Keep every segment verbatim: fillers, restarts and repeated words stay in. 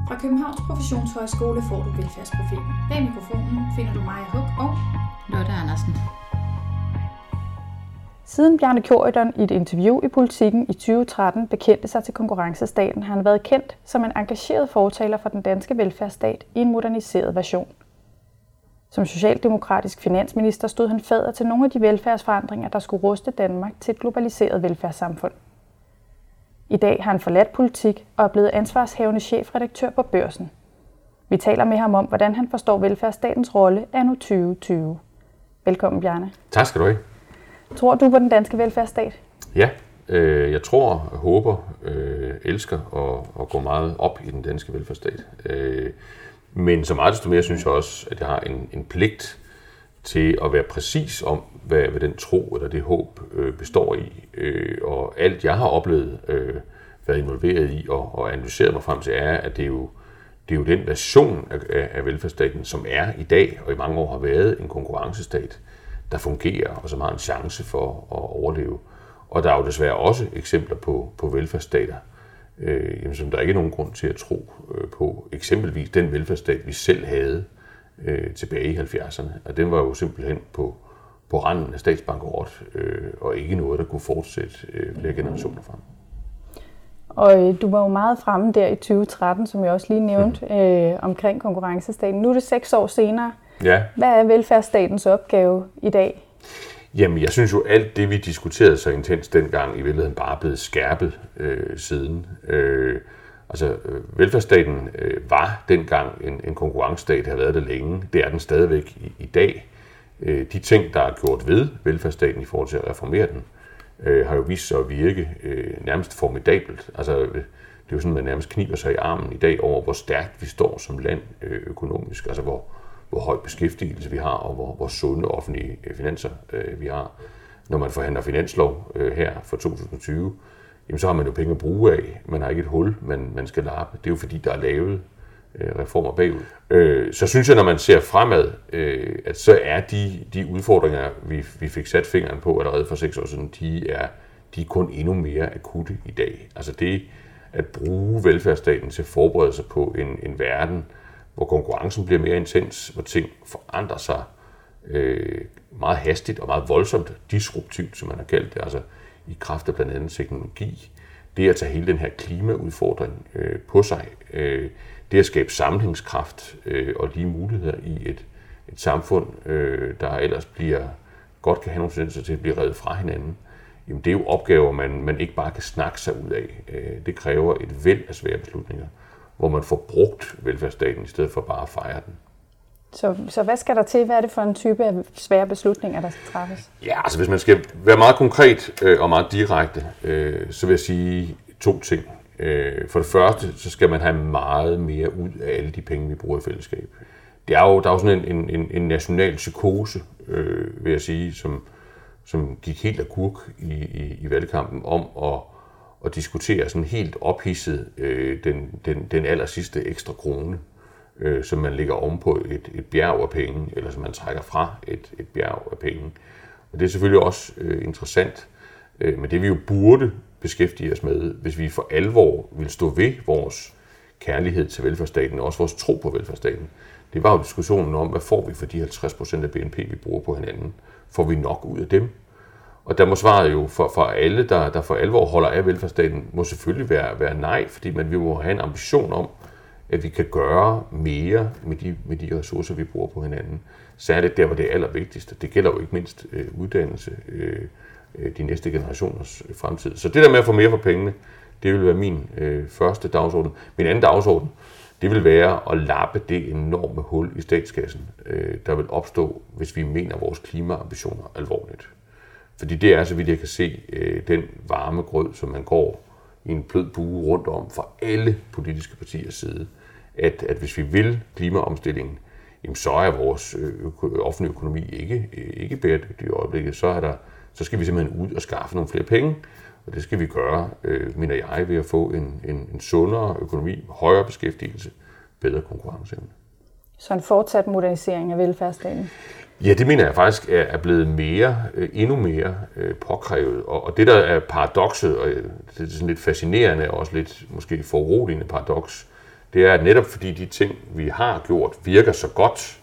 Fra Københavns Professionshøjskole får du velfærdsprofilen. Bag mikrofonen finder du Maja Huk og Lotte Andersen. Siden Bjarne Corydon i et interview i Politiken i tyve tretten bekendte sig til konkurrencestaten, har han været kendt som en engageret fortaler for den danske velfærdsstat i en moderniseret version. Som socialdemokratisk finansminister stod han fadder til nogle af de velfærdsforandringer, der skulle ruste Danmark til et globaliseret velfærdssamfund. I dag har han forladt politik og er blevet ansvarshavende chefredaktør på Børsen. Vi taler med ham om, hvordan han forstår velfærdsstatens rolle anno tyve tyve. Velkommen, Bjarne. Tak skal du have. Tror du på den danske velfærdsstat? Ja, øh, jeg tror, håber, øh, elsker og, og går meget op i den danske velfærdsstat. Øh, men så meget desto mere synes jeg også, at jeg har en, en pligt til at være præcis om, hvad, hvad den tro eller det håb øh, består i. Øh, og alt jeg har oplevet, øh, været involveret i og, og analyseret mig frem til, er, at det er jo, det er jo den version af, af velfærdsstaten, som er i dag og i mange år har været en konkurrencestat, der fungerer og som har en chance for at overleve. Og der er jo desværre også eksempler på, på velfærdsstater, øh, jamen, som der ikke er nogen grund til at tro øh, på. Eksempelvis den velfærdsstat, vi selv havde øh, tilbage i halvfjerdserne. Og den var jo simpelthen på, på randen af statsbankerot, øh, og ikke noget, der kunne fortsætte øh, flere generationer frem. Og øh, du var jo meget fremme der i tyve tretten, som jeg også lige nævnte, mm. øh, omkring konkurrencestaten. Nu er det seks år senere. Ja. Hvad er velfærdsstatens opgave i dag? Jamen, jeg synes jo, alt det, vi diskuterede så intens dengang, i virkeligheden bare er blevet skærpet øh, siden. Øh, altså, øh, velfærdsstaten øh, var dengang en, en konkurrencestat, har været det længe. Det er den stadigvæk i, i dag. Øh, de ting, der er gjort ved velfærdsstaten i forhold til at reformere den, øh, har jo vist sig at virke øh, nærmest formidabelt. Altså, det er jo sådan, man nærmest kniber sig i armen i dag over, hvor stærkt vi står som land øh, økonomisk. Altså, hvor hvor høj beskæftigelse vi har, og hvor, hvor sunde offentlige finanser øh, vi har. Når man forhandler finanslov øh, her for to tusind og tyve, jamen, så har man jo penge at bruge af. Man har ikke et hul, man, man skal lappe. Det er jo fordi, der er lavet øh, reformer bagud. Øh, så synes jeg, når man ser fremad, øh, at så er de, de udfordringer, vi, vi fik sat fingeren på allerede for seks år siden, de er, de er kun endnu mere akutte i dag. Altså det at bruge velfærdsstaten til at forberede sig på en, en verden, hvor konkurrencen bliver mere intens, hvor ting forandrer sig øh, meget hastigt og meget voldsomt, disruptivt, som man har kaldt det, altså i kraft af blandt andet teknologi. Det at tage hele den her klimaudfordring øh, på sig, øh, det at skabe sammenhængskraft øh, og lige muligheder i et, et samfund, øh, der ellers bliver, godt kan have nogle tendenser til at blive revet fra hinanden, jamen det er jo opgaver, man, man ikke bare kan snakke sig ud af. Øh, det kræver et væld af svære beslutninger, hvor man får brugt velfærdsstaten i stedet for bare at fejre den. Så, så hvad skal der til? Hvad er det for en type af svære beslutninger, der skal træffes? Ja, altså hvis man skal være meget konkret øh, og meget direkte, øh, så vil jeg sige to ting. Øh, for det første, så skal man have meget mere ud af alle de penge, vi bruger i fællesskab. Det er jo, der er jo sådan en, en, en national psykose, øh, vil jeg sige, som, som gik helt agurk i, i, i valgkampen om at og diskutere sådan helt ophidset øh, den, den, den aller sidste ekstra krone, øh, som man lægger ovenpå et, et bjerg af penge, eller som man trækker fra et, et bjerg af penge. Og det er selvfølgelig også øh, interessant, øh, men det vi jo burde beskæftige os med, hvis vi for alvor vil stå ved vores kærlighed til velfærdsstaten, og også vores tro på velfærdsstaten, det var jo diskussionen om, hvad får vi for de halvtreds procent af B N P, vi bruger på hinanden? Får vi nok ud af dem? Og der må svaret jo for, for alle, der, der for alvor holder af velfærdsstaten, må selvfølgelig være, være nej, fordi man vil jo have en ambition om, at vi kan gøre mere med de, med de ressourcer, vi bruger på hinanden. Særligt der, hvor det er allervigtigste. Det gælder jo ikke mindst øh, uddannelse, øh, de næste generationers fremtid. Så det der med at få mere for pengene, det vil være min øh, første dagsorden. Min anden dagsorden, det vil være at lappe det enorme hul i statskassen, øh, der vil opstå, hvis vi mener vores klimaambitioner alvorligt. Fordi det er, så vidt jeg kan se, øh, den varme grød, som man går i en blød bue rundt om fra alle politiske partiers side, at, at hvis vi vil klimaomstillingen, jamen så er vores øko- offentlige økonomi ikke, ikke bæredygtig i øjeblikket. Så, er der, så skal vi simpelthen ud og skaffe nogle flere penge, og det skal vi gøre, øh, mener jeg, ved at få en, en, en sundere økonomi, højere beskæftigelse, bedre konkurrenceevne. Så en fortsat modernisering af velfærdsstaten? Ja, det mener jeg faktisk er, er blevet mere, endnu mere øh, påkrævet. Og, og det, der er paradokset, og det er sådan lidt fascinerende og også lidt måske foruroligende paradoks, det er, at netop fordi de ting, vi har gjort, virker så godt,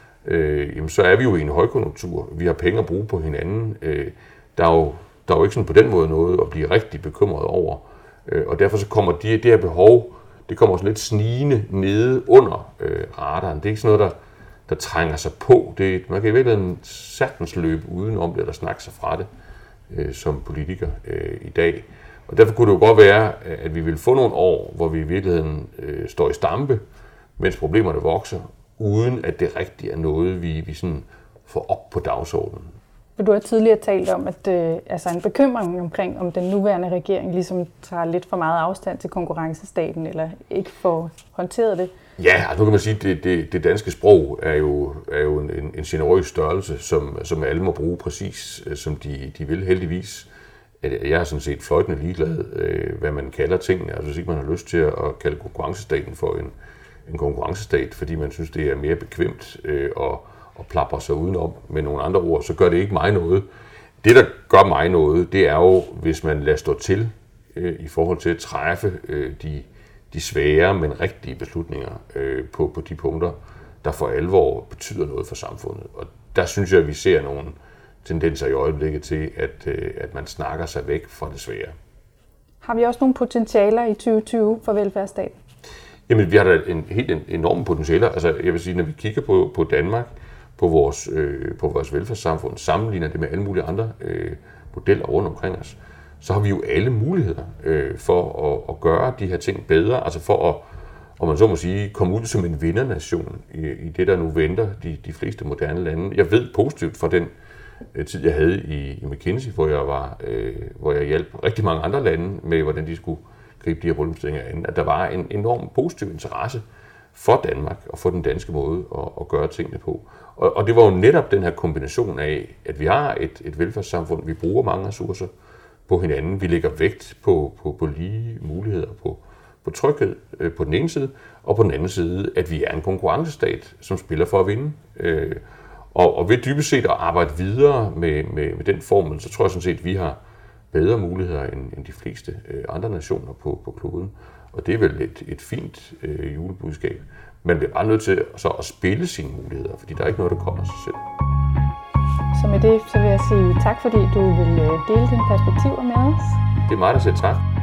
øh, jamen, så er vi jo i en højkonjunktur. Vi har penge at bruge på hinanden. Øh, der, er jo, der er jo ikke sådan på den måde noget at blive rigtig bekymret over. Øh, og derfor så kommer de, det her behov, det kommer sådan lidt snigende nede under øh, radaren. Det er ikke sådan noget, der, der trænger sig på. Det, man kan i virkeligheden sagtens løbe udenom det, eller snakke sig fra det øh, som politiker øh, i dag. Og derfor kunne det jo godt være, at vi vil få nogle år, hvor vi i virkeligheden øh, står i stampe, mens problemerne vokser, uden at det rigtigt er noget, vi, vi sådan får op på dagsordenen. Du har tidligere talt om, at øh, altså en bekymring omkring, om den nuværende regering ligesom tager lidt for meget afstand til konkurrencestaten, eller ikke får håndteret det. Ja, altså nu kan man sige, at det, det, det danske sprog er jo, er jo en, en generøs størrelse, som, som alle må bruge præcis, som de, de vil heldigvis. Jeg er sådan set fløjtende ligeglad, øh, hvad man kalder tingene. Altså hvis ikke man har lyst til at kalde konkurrencestaten for en, en konkurrencestat, fordi man synes, det er mere bekvemt øh, og, og plapper sig udenom med nogle andre ord, så gør det ikke mig noget. Det, der gør mig noget, det er jo, hvis man lader stå til øh, i forhold til at træffe øh, de, de svære, men rigtige beslutninger øh, på, på de punkter, der for alvor betyder noget for samfundet. Og der synes jeg, at vi ser nogle tendenser i øjeblikket til, at, at man snakker sig væk fra det svære. Har vi også nogle potentialer i tyve tyve for velfærdsstaten? Jamen, vi har da en helt enorme potentialer. Altså, jeg vil sige, når vi kigger på, på Danmark, på vores, øh, på vores velfærdssamfund, sammenligner det med alle mulige andre øh, modeller rundt omkring os, så har vi jo alle muligheder øh, for at, at gøre de her ting bedre, altså for at, om man så må sige, komme ud som en vindernation i, i det, der nu venter de, de fleste moderne lande. Jeg ved positivt fra den tid, jeg havde i, i McKinsey, hvor jeg var, øh, hvor jeg hjalp rigtig mange andre lande med, hvordan de skulle gribe de her problemstillinger an, at der var en enorm positiv interesse for Danmark og for den danske måde at, at gøre tingene på. Og, og det var jo netop den her kombination af, at vi har et, et velfærdssamfund, vi bruger mange ressourcer på hinanden, vi lægger vægt på, på, på lige muligheder, på, på tryghed øh, på den ene side, og på den anden side, at vi er en konkurrencestat, som spiller for at vinde. Øh, Og, og ved dybest set at arbejde videre med, med, med den formel, så tror jeg sådan set, at vi har bedre muligheder end, end de fleste øh, andre nationer på, på kloden. Og det er vel et, et fint øh, julebudskab. Man bliver bare nødt til så at spille sine muligheder, fordi der er ikke noget, der kommer af sig selv. Så med det så vil jeg sige tak, fordi du vil dele dine perspektiver med os. Det er mig, der siger tak.